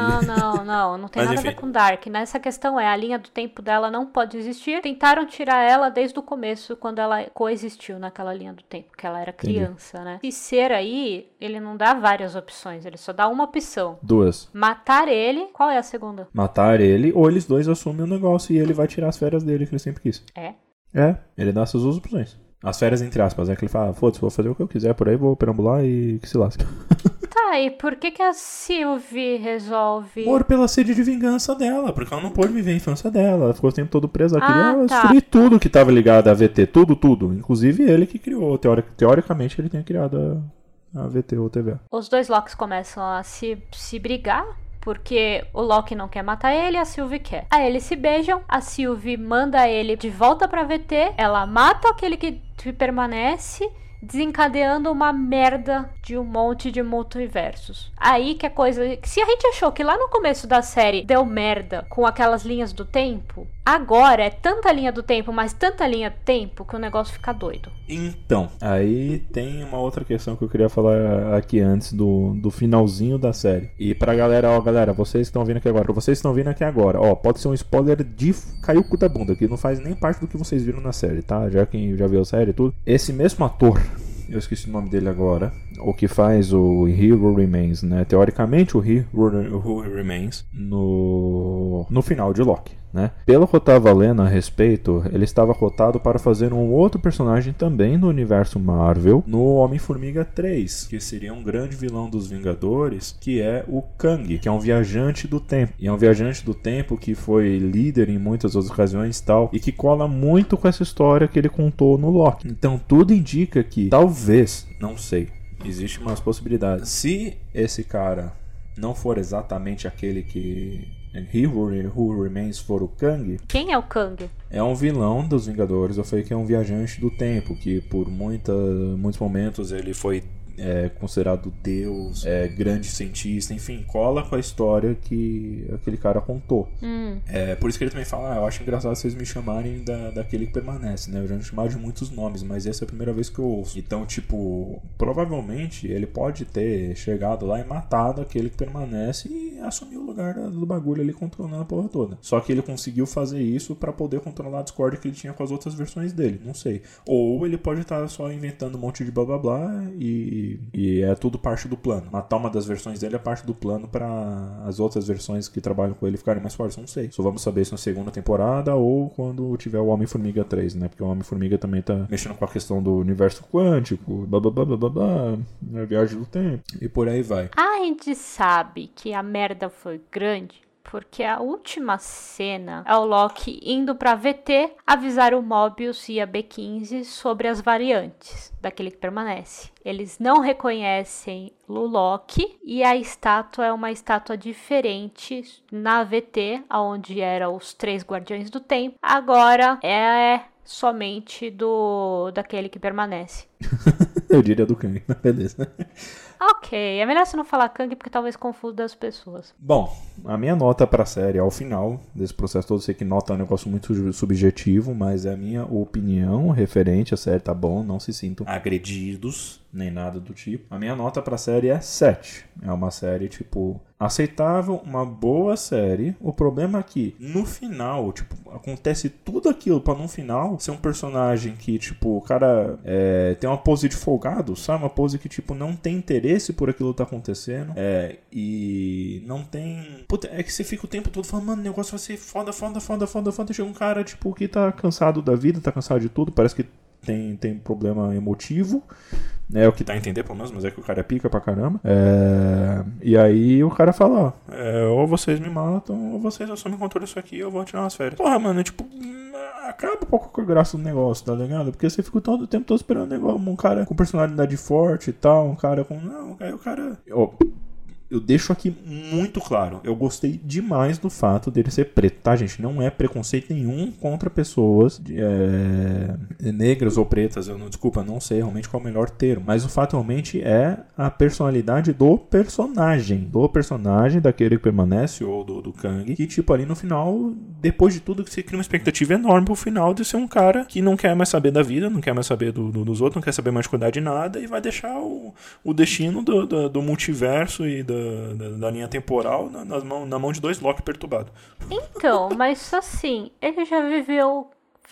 Não tem nada a ver com Dark. Nessa questão a linha do tempo dela não pode existir. Tentaram tirar ela desde o começo, quando ela coexistiu naquela linha do tempo, que ela era criança, né? E ser aí, ele não dá várias opções, ele só dá uma opção. Duas. Matar ele, qual é a segunda? Matar ele, ou eles dois assumem o negócio e ele vai tirar as férias dele, que ele sempre quis. Ele dá essas duas opções. As férias entre aspas, que ele fala, foda-se, vou fazer o que eu quiser por aí, vou perambular e que se lasque. Tá, e por que a Sylvie resolve... Pela sede de vingança dela, porque ela não pôde viver a infância dela, ela ficou o tempo todo presa, ela queria destruir tudo que estava ligado à VT, tudo, inclusive ele que criou, teoricamente ele tinha criado a VT ou TVA. Os dois Locks começam a se brigar, porque o Loki não quer matar ele e a Sylvie quer. Aí eles se beijam, a Sylvie manda ele de volta pra VT, ela mata aquele que permanece, desencadeando uma merda de um monte de multiversos. Aí que a coisa... Se a gente achou que lá no começo da série deu merda com aquelas linhas do tempo, agora é tanta linha do tempo, mas tanta linha do tempo, que o negócio fica doido. Então, aí tem uma outra questão que eu queria falar aqui antes do finalzinho da série. E pra galera, galera, vocês estão vindo aqui agora, pode ser um spoiler de cair o cu da bunda, que não faz nem parte do que vocês viram na série, tá? Já quem já viu a série e tudo. Esse mesmo ator, eu esqueci o nome dele agora, o que faz o He Who Remains, né? Teoricamente o He Who Remains no final de Loki, né? Pelo que eu tava lendo a respeito, ele estava cotado para fazer um outro personagem também no universo Marvel, no Homem-Formiga 3, que seria um grande vilão dos Vingadores, que é o Kang, que é um viajante do tempo. E é um viajante do tempo que foi líder em muitas outras ocasiões e tal, e que cola muito com essa história que ele contou no Loki. Então tudo indica que, talvez, não sei, existe umas possibilidades. Se esse cara não for exatamente aquele que He Who Remains for o Kang. Quem é o Kang? É um vilão dos Vingadores. Eu falei que é um viajante do tempo, que por muitos momentos ele foi considerado Deus, grande cientista, enfim, cola com a história que aquele cara contou. Por isso que ele também fala, eu acho engraçado vocês me chamarem daquele que permanece, né? Eu já me chamava de muitos nomes, mas essa é a primeira vez que eu ouço. Então, tipo, provavelmente ele pode ter chegado lá e matado aquele que permanece e assumiu o lugar do bagulho ali, controlando a porra toda. Só que ele conseguiu fazer isso pra poder controlar a discórdia que ele tinha com as outras versões dele, não sei. Ou ele pode estar só inventando um monte de blá blá blá e é tudo parte do plano. Matar uma das versões dele é parte do plano para as outras versões que trabalham com ele ficarem mais fortes, não sei. Só vamos saber isso na segunda temporada ou quando tiver o Homem-Formiga 3, né? Porque o Homem-Formiga também tá mexendo com a questão do universo quântico, blá blá blá blá blá blá, a viagem do tempo e por aí vai. A gente sabe que a merda foi grande porque a última cena é o Loki indo pra VT avisar o Mobius e a B15 sobre as variantes daquele que permanece. Eles não reconhecem o Loki e a estátua é uma estátua diferente na VT, onde eram os 3 Guardiões do Tempo. Agora é somente daquele que permanece. Eu diria do Kang, mas beleza. Ok, é melhor você não falar Kang porque talvez confunda as pessoas. Bom, a minha nota pra série ao final desse processo todo, eu sei que nota é um negócio muito subjetivo, mas é a minha opinião referente à série, tá bom? Não se sintam agredidos, nem nada do tipo. A minha nota pra série é 7. É uma série, tipo, aceitável, uma boa série. O problema é que, no final, tipo, acontece tudo aquilo pra no final ser um personagem que, tipo, o cara tem uma pose de folgado, sabe? Uma pose que, tipo, não tem interesse por aquilo que tá acontecendo. E não tem... Puta, é que você fica o tempo todo falando, mano, o negócio vai ser foda. Chega um cara, tipo, que tá cansado da vida, tá cansado de tudo, parece que tem problema emotivo. É o que dá a entender, pelo menos, mas é que o cara pica pra caramba. E aí o cara fala, ou vocês me matam, ou vocês assumem controle disso aqui, eu vou tirar umas férias. Porra, mano, tipo, acaba um pouco com a graça do negócio, tá ligado? Porque você fica todo o tempo todo esperando um cara com personalidade forte e tal, um cara com... Não, aí o cara... Eu deixo aqui muito claro, eu gostei demais do fato dele ser preto, tá, gente? Não é preconceito nenhum contra pessoas negras ou pretas, não sei realmente qual é o melhor termo, mas o fato realmente é a personalidade do personagem daquele que permanece, ou do Kang, que tipo ali no final, depois de tudo, que você cria uma expectativa enorme pro final de ser um cara que não quer mais saber da vida, não quer mais saber dos outros, não quer saber mais cuidar de nada e vai deixar o destino do multiverso e da linha temporal na mão de dois Loki perturbados. Então, mas assim, ele já viveu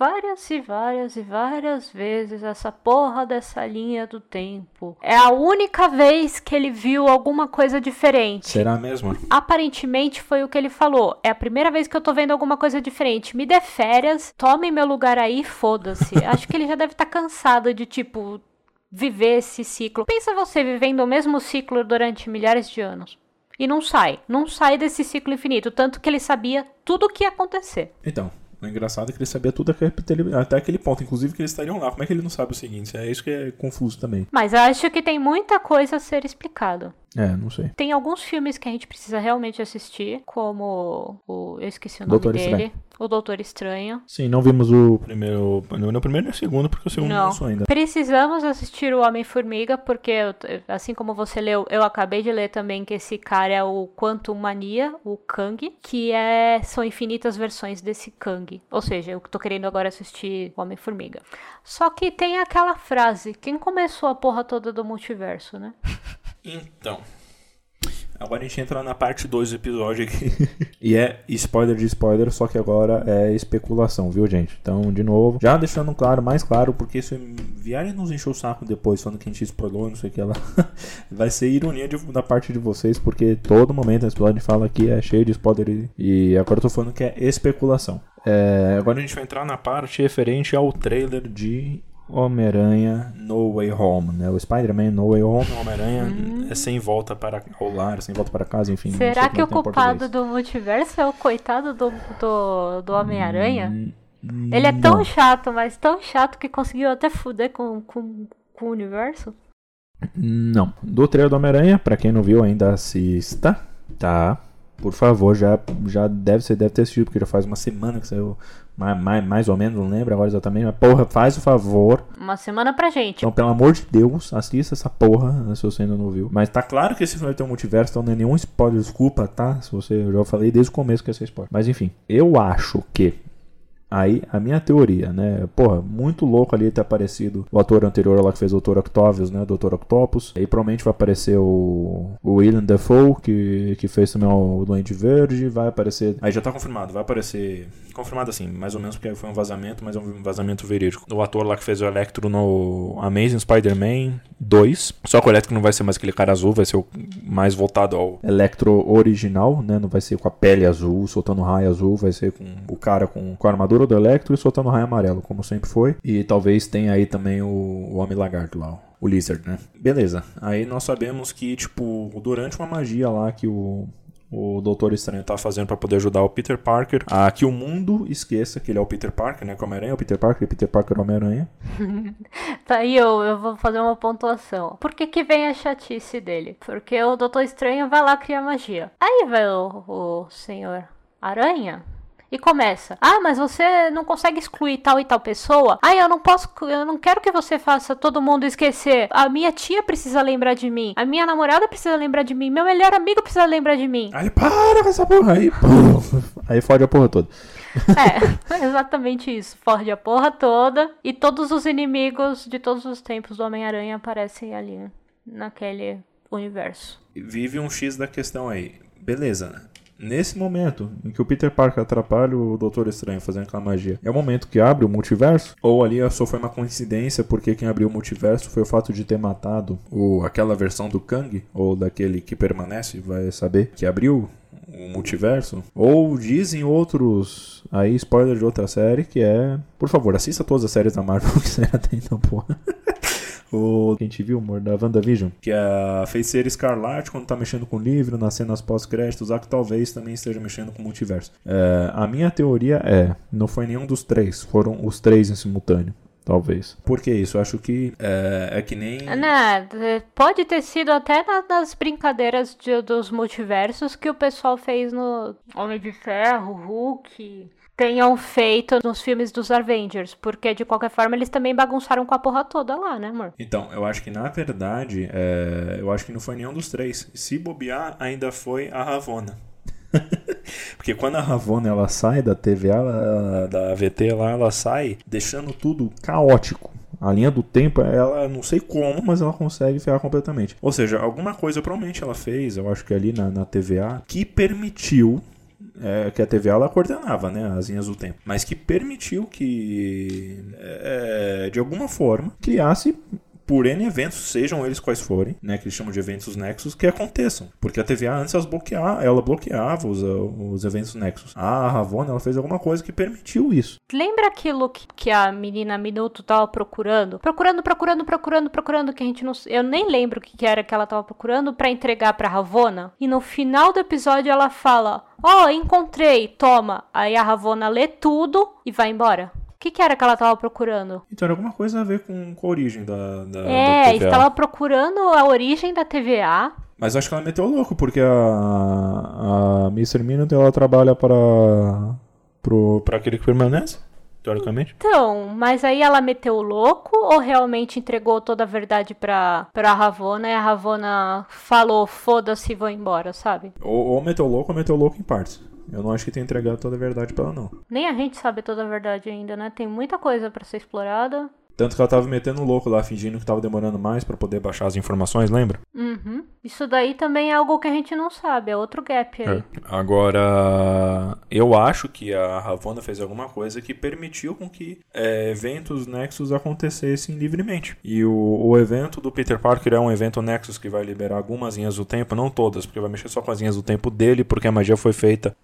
várias vezes essa porra dessa linha do tempo. É a única vez que ele viu alguma coisa diferente. Será mesmo? Aparentemente foi o que ele falou. É a primeira vez que eu tô vendo alguma coisa diferente. Me dê férias, tome meu lugar aí, foda-se. Acho que ele já deve estar cansado de, tipo, viver esse ciclo. Pensa você vivendo o mesmo ciclo durante milhares de anos. E não sai desse ciclo infinito. Tanto que ele sabia tudo o que ia acontecer. Então, o engraçado é que ele sabia tudo até aquele ponto. Inclusive que eles estariam lá. Como é que ele não sabe o seguinte? É isso que é confuso também. Mas acho que tem muita coisa a ser explicado. Não sei. Tem alguns filmes que a gente precisa realmente assistir, como eu esqueci o nome Doutor dele. Estranho. O Doutor Estranho. Sim, não vimos o primeiro. Não o primeiro nem o segundo, porque o segundo não lançou ainda. Precisamos assistir o Homem-Formiga, porque, assim como você leu, eu acabei de ler também que esse cara é o Quantum Mania, o Kang, que são infinitas versões desse Kang. Ou seja, eu tô querendo agora assistir o Homem-Formiga. Só que tem aquela frase, quem começou a porra toda do multiverso, né? Então, agora a gente entra na parte 2 do episódio aqui. E é spoiler de spoiler, só que agora é especulação, viu, gente? Então, de novo, já deixando mais claro, porque se vierem nos encher o saco depois, falando que a gente spoilou, não sei o que lá, vai ser ironia da parte de vocês, porque todo momento esse episódio fala que é cheio de spoiler e agora eu tô falando que é especulação. Agora a gente vai entrar na parte referente ao trailer de Homem-Aranha No Way Home, né? O Spider-Man No Way Home, o Homem-Aranha é sem volta para o lar, sem volta para casa, enfim. Será que o culpado do multiverso é o coitado do Homem-Aranha? Ele é tão chato, mas tão chato que conseguiu até fuder com o universo? Não. Do trailer do Homem-Aranha, pra quem não viu ainda, assista, tá? Por favor, já deve ter assistido, porque já faz uma semana que saiu, mais ou menos, não lembro agora exatamente, mas porra, faz o favor. Uma semana pra gente. Então, pelo amor de Deus, assista essa porra, se você ainda não viu. Mas tá claro que esse filme vai ter um multiverso, então não é nenhum spoiler, desculpa, tá? Eu já falei desde o começo que ia ser spoiler. Mas enfim, eu acho que aí, a minha teoria, né? Porra, muito louco ali ter aparecido o ator anterior lá que fez o Dr. Octavius, né? Dr. Octopus. Aí provavelmente vai aparecer o Willem Dafoe, que fez também o Duende Verde. Vai aparecer... Aí já tá confirmado, vai aparecer... Confirmado assim, mais ou menos, porque foi um vazamento, mas é um vazamento verídico. O ator lá que fez o Electro no Amazing Spider-Man 2. Só que o Electro não vai ser mais aquele cara azul, vai ser o mais voltado ao Electro original, né? Não vai ser com a pele azul, soltando raio azul, vai ser com o cara com a armadura do Electro e soltando raio amarelo, como sempre foi. E talvez tenha aí também o Homem-Lagarto lá, o Lizard, né? Beleza. Aí nós sabemos que, tipo, durante uma magia lá que o Doutor Estranho tá fazendo pra poder ajudar o Peter Parker a que o mundo esqueça que ele é o Peter Parker, né? Que o Homem-Aranha é o Peter Parker e Peter Parker é o Homem-Aranha. Tá aí, eu vou fazer uma pontuação. Por que vem a chatice dele? Porque o Doutor Estranho vai lá criar magia. Aí vai o Senhor Aranha e começa. Ah, mas você não consegue excluir tal e tal pessoa? Ah, eu não quero que você faça todo mundo esquecer. A minha tia precisa lembrar de mim. A minha namorada precisa lembrar de mim. Meu melhor amigo precisa lembrar de mim. Aí para com essa porra aí. Aí fode a porra toda. É, exatamente isso. Fode a porra toda. E todos os inimigos de todos os tempos do Homem-Aranha aparecem ali, naquele universo. Vive um X da questão aí. Beleza, né? Nesse momento em que o Peter Parker atrapalha o Doutor Estranho fazendo aquela magia, é o momento que abre o multiverso? Ou ali só foi uma coincidência porque quem abriu o multiverso foi o fato de ter matado aquela versão do Kang, ou daquele que permanece, vai saber, que abriu o multiverso? Ou dizem outros, aí spoiler de outra série, que é... Por favor, assista todas as séries da Marvel que saíram até então, porra. O que a gente viu, amor, da WandaVision, que é a Feiticeira Escarlate, quando tá mexendo com o livro, nas cenas pós-créditos, que talvez também esteja mexendo com o multiverso. A minha teoria não foi nenhum dos três, foram os três em simultâneo. Talvez. Por que isso? Eu acho que é que nem... Não, pode ter sido até nas brincadeiras dos multiversos que o pessoal fez no Homem de Ferro, Hulk... tenham feito nos filmes dos Avengers, porque de qualquer forma eles também bagunçaram com a porra toda lá, né, amor? Então, eu acho que na verdade, eu acho que não foi nenhum dos três. Se bobear, ainda foi a Ravonna. Porque quando a Ravonna ela sai da TVA, da AVT lá, ela sai deixando tudo caótico. A linha do tempo, ela não sei como, mas ela consegue ferrar completamente. Ou seja, alguma coisa provavelmente ela fez, eu acho que ali na TVA, que permitiu... que a TVA ela coordenava, né, as linhas do tempo, mas que permitiu que de alguma forma criasse por N eventos, sejam eles quais forem, né, que eles chamam de eventos nexus, que aconteçam. Porque a TVA antes ela bloqueava os eventos nexus. A Ravonna ela fez alguma coisa que permitiu isso. Lembra aquilo que a menina Minuto tava procurando? Procurando, que a gente não... Eu nem lembro o que era que ela tava procurando pra entregar pra Ravonna. E no final do episódio ela fala: encontrei, toma. Aí a Ravonna lê tudo e vai embora. O que era que ela tava procurando? Então era alguma coisa a ver com a origem da TVA. Estava procurando a origem da TVA. Mas eu acho que ela meteu o louco, porque a Mr. Minute ela trabalha para aquele que permanece, teoricamente. Então, mas aí ela meteu o louco ou realmente entregou toda a verdade pra Ravonna e a Ravonna falou, foda-se, vou embora, sabe? Ou meteu o louco em partes. Eu não acho que tenha entregado toda a verdade pra ela, não. Nem a gente sabe toda a verdade ainda, né? Tem muita coisa pra ser explorada. Tanto que ela tava metendo o louco lá, fingindo que tava demorando mais pra poder baixar as informações, lembra? Uhum. Isso daí também é algo que a gente não sabe, é outro gap aí. Agora, eu acho que a Ravonna fez alguma coisa que permitiu com que eventos Nexus acontecessem livremente. E o evento do Peter Parker é um evento Nexus que vai liberar algumas linhas do tempo, não todas, porque vai mexer só com as linhas do tempo dele, porque a magia foi feita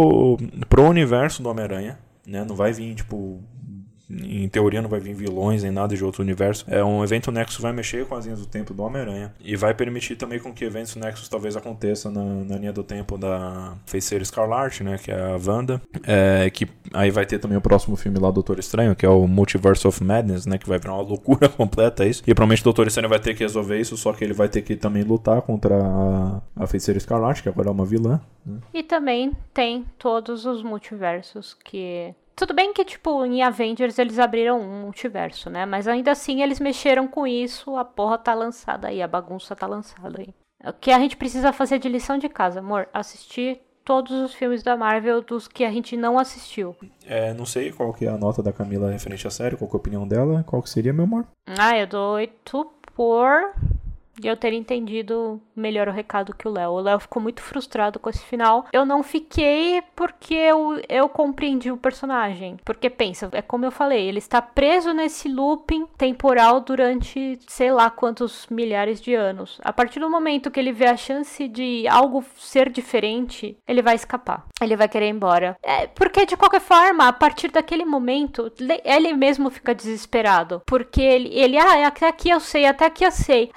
pro universo do Homem-Aranha, né? Não vai vir, tipo... Em teoria não vai vir vilões nem nada de outro universo. Um evento Nexus vai mexer com as linhas do tempo do Homem-Aranha e vai permitir também com que eventos Nexus talvez aconteçam na linha do tempo da Feiticeira Escarlate, né, que é a Wanda. Que aí vai ter também o próximo filme lá do Doutor Estranho, que é o Multiverse of Madness, né, que vai virar uma loucura completa isso. E provavelmente o Doutor Estranho vai ter que resolver isso, só que ele vai ter que também lutar contra a Feiticeira Escarlate, que agora é uma vilã. Né? E também tem todos os multiversos que... Tudo bem que, tipo, em Avengers eles abriram um multiverso, né? Mas ainda assim eles mexeram com isso, a porra tá lançada aí, a bagunça tá lançada aí. O que a gente precisa fazer de lição de casa, amor? Assistir todos os filmes da Marvel dos que a gente não assistiu. Não sei qual que é a nota da Camila referente à série, qual que é a opinião dela, qual que seria, meu amor? Eu dou 8 por... eu ter entendido melhor o recado que o Léo. O Léo ficou muito frustrado com esse final. Eu não fiquei porque eu compreendi o personagem. Porque pensa, é como eu falei, ele está preso nesse looping temporal durante sei lá quantos milhares de anos. A partir do momento que ele vê a chance de algo ser diferente, ele vai escapar. Ele vai querer ir embora. Porque de qualquer forma, a partir daquele momento, ele mesmo fica desesperado. Porque ele até aqui eu sei. Aí eles começam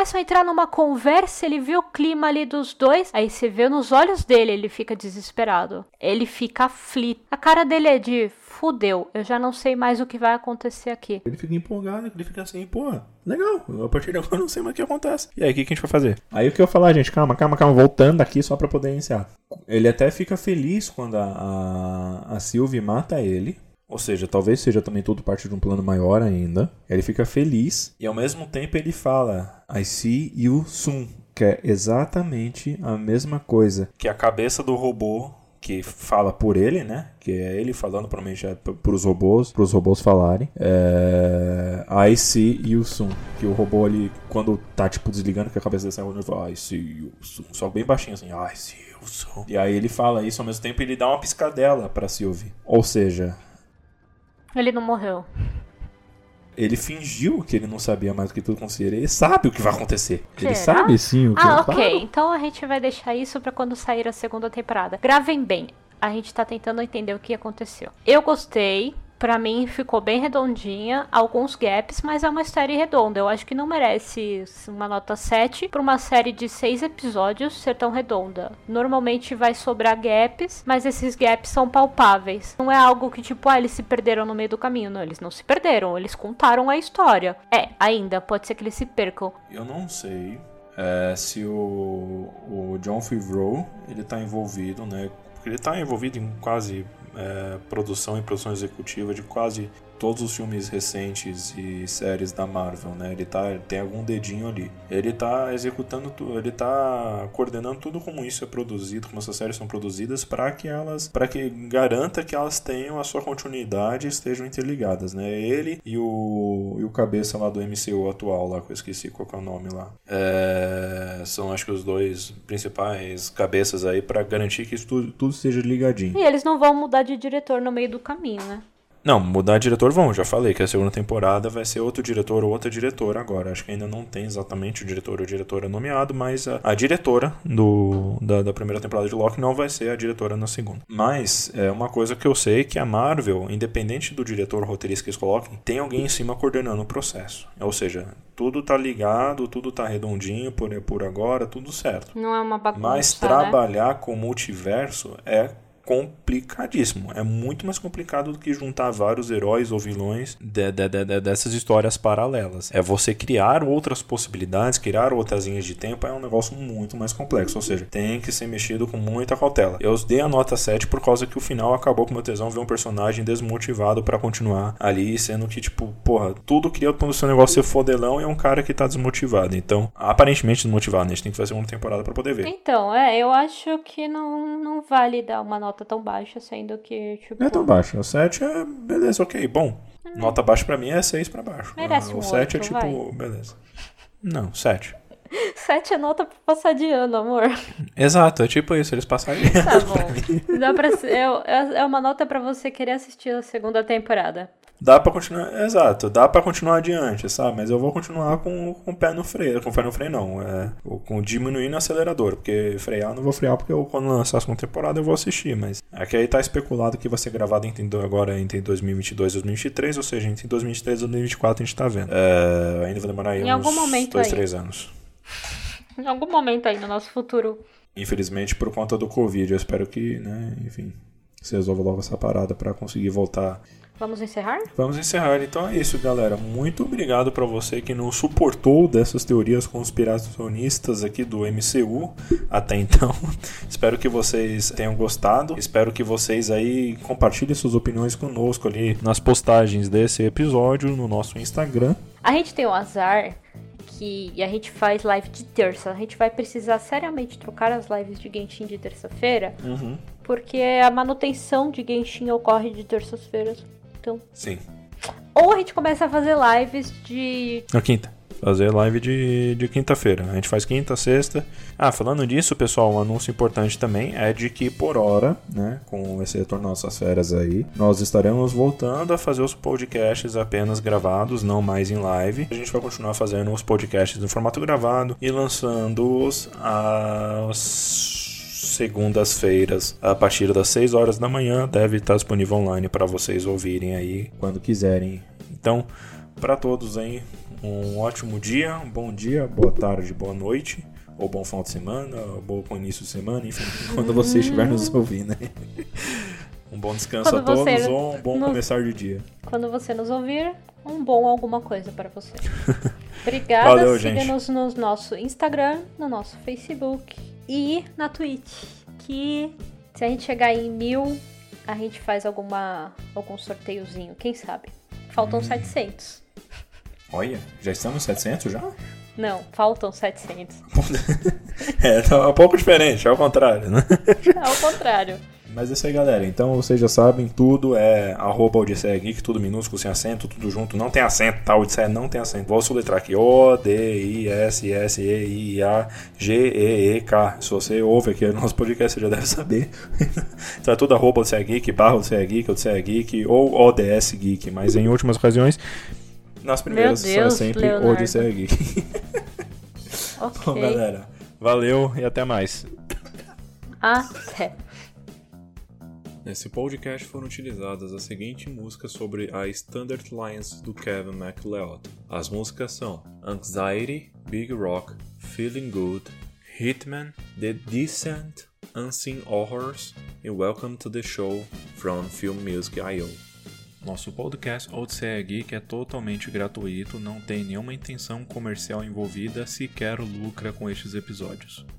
começam a entrar numa conversa, ele vê o clima ali dos dois, aí você vê nos olhos dele, ele fica desesperado. Ele fica aflito. A cara dele é de fudeu, eu já não sei mais o que vai acontecer aqui. Ele fica empolgado, ele fica assim, pô, legal, a partir de agora eu não sei mais o que acontece. E aí, o que a gente vai fazer? Aí o que eu falar, gente, calma, voltando aqui só pra poder iniciar. Ele até fica feliz quando a Sylvie mata ele. Ou seja, talvez seja também tudo parte de um plano maior ainda. Ele fica feliz e ao mesmo tempo ele fala I see you soon, que é exatamente a mesma coisa que a cabeça do robô que fala por ele, né? Que é ele falando provavelmente pros robôs falarem. I see you soon. Que o robô ali, quando tá tipo desligando que a cabeça desse ele fala I see you soon. Só bem baixinho assim, I see you soon. E aí ele fala isso ao mesmo tempo ele dá uma piscadela pra Sylvie. Ou seja, ele não morreu. Ele fingiu que ele não sabia mais do que tudo acontecer. Ele sabe o que vai acontecer. Será? Ele sabe sim o que vai acontecer. Ok. Então a gente vai deixar isso pra quando sair a segunda temporada. Gravem bem. A gente tá tentando entender o que aconteceu. Eu gostei. Pra mim ficou bem redondinha, alguns gaps, mas é uma série redonda. Eu acho que não merece uma nota 7 pra uma série de 6 episódios ser tão redonda. Normalmente vai sobrar gaps, mas esses gaps são palpáveis. Não é algo que tipo, eles se perderam no meio do caminho. Não, eles não se perderam, eles contaram a história. Ainda, pode ser que eles se percam. Eu não sei se o Jon Favreau, ele tá envolvido, né? Porque ele tá envolvido em quase... produção e produção executiva de quase todos os filmes recentes e séries da Marvel, né? Ele tem algum dedinho ali. Ele tá executando tudo, ele tá coordenando tudo como isso é produzido, como essas séries são produzidas, para que garanta que elas tenham a sua continuidade e estejam interligadas, né? Ele e o cabeça lá do MCU atual, lá que eu esqueci qual que é o nome lá. São acho que os dois principais cabeças aí para garantir que isso tudo esteja ligadinho. E eles não vão mudar de diretor no meio do caminho, né? Não, mudar de diretor já falei que a segunda temporada vai ser outro diretor ou outra diretora agora. Acho que ainda não tem exatamente o diretor ou diretora nomeado, mas a diretora da primeira temporada de Loki não vai ser a diretora na segunda. Mas é uma coisa que eu sei que a Marvel, independente do diretor ou roteirista que eles coloquem, tem alguém em cima coordenando o processo. Ou seja, tudo tá ligado, tudo tá redondinho por agora, tudo certo. Não é uma bagunça, mas trabalhar com multiverso é complicadíssimo. É muito mais complicado do que juntar vários heróis ou vilões dessas histórias paralelas. É você criar outras possibilidades, criar outras linhas de tempo, é um negócio muito mais complexo. Ou seja, tem que ser mexido com muita cautela. Eu dei a nota 7 por causa que o final acabou com o meu tesão ver um personagem desmotivado pra continuar ali, sendo que, tipo, porra, tudo cria pro seu negócio ser fodelão e é um cara que tá desmotivado. Então, aparentemente desmotivado, né? A gente tem que fazer uma temporada pra poder ver. Então, eu acho que não vale dar uma nota tão baixa, sendo que, tipo... Não é tão baixa. O 7 é... beleza, ok, bom. Nota baixa pra mim é 6 pra baixo. Merece o 7 8, é tipo... Vai. Beleza. Não, 7. 7 é nota pra passar de ano, amor. Exato, é tipo isso, eles passaram de ano. Tá bom. Dá pra ser, é uma nota pra você querer assistir a segunda temporada. Dá pra continuar, exato, dá pra continuar adiante, sabe? Mas eu vou continuar com o pé no freio. Com o pé no freio não, com diminuindo o acelerador. Porque frear eu não vou frear, porque quando lançar a segunda temporada eu vou assistir. Mas aqui aí tá especulado que vai ser gravado agora entre 2022 e 2023, ou seja, entre 2023 e 2024 a gente tá vendo. Ainda vai demorar aí uns 2, 3 anos. Em algum momento aí no nosso futuro. Infelizmente por conta do Covid, eu espero que, né, enfim, se resolva logo essa parada pra conseguir voltar. Vamos encerrar? Vamos encerrar. Então é isso, galera. Muito obrigado pra você que nos suportou dessas teorias conspiracionistas aqui do MCU até então. Espero que vocês tenham gostado. Espero que vocês aí compartilhem suas opiniões conosco ali nas postagens desse episódio no nosso Instagram. A gente tem o azar que a gente faz live de terça. A gente vai precisar seriamente trocar as lives de Genshin de terça-feira. Uhum. Porque a manutenção de Genshin ocorre de terças-feiras. Então... Sim. Ou a gente começa a fazer lives de... Na quinta. Fazer live de quinta-feira. A gente faz quinta, sexta. Falando disso, pessoal, um anúncio importante também é de que por hora, né, com esse retorno das nossas férias aí, nós estaremos voltando a fazer os podcasts apenas gravados, não mais em live. A gente vai continuar fazendo os podcasts no formato gravado e lançando-os às segundas-feiras, a partir das 6 horas da manhã, deve estar disponível online para vocês ouvirem aí quando quiserem. Então, para todos aí, um ótimo dia, um bom dia, boa tarde, boa noite, ou bom final de semana, ou bom início de semana, enfim, quando você estiver nos ouvindo, né? Um bom descanso a todos ou um bom começar de dia. Quando você nos ouvir, um bom alguma coisa para você. Obrigada, valeu, siga-nos no nosso Instagram, no nosso Facebook e na Twitch, que se a gente chegar em 1000, a gente faz algum sorteiozinho, quem sabe? Faltam 700. Olha, já estamos 700 já? Não, faltam 700. Tá um pouco diferente, é ao contrário, né? É ao contrário. Mas é isso aí, galera. Então vocês já sabem, tudo é @Odisseia Geek, tudo minúsculo, sem acento, tudo junto. Não tem acento, tá? Odisseia não tem acento. Vou soletrar aqui. ODISSEIAGEEK. Se você ouve aqui no nosso podcast, você já deve saber. Então é tudo @Odisseia Geek, /Odisseia Geek, Odisseia Geek ou ODS Geek. Mas em últimas ocasiões, nas primeiras, é sempre Leonardo. Odisseia Geek. Ok. Bom, galera, valeu e até mais. Até. Nesse podcast foram utilizadas as seguintes músicas sobre a Standard Lines do Kevin MacLeod. As músicas são Anxiety, Big Rock, Feeling Good, Hitman, The Descent, Unseen Horrors e Welcome to the Show from Film Music I.O. Nosso podcast Odisseia Geek é totalmente gratuito, não tem nenhuma intenção comercial envolvida, sequer lucra com estes episódios.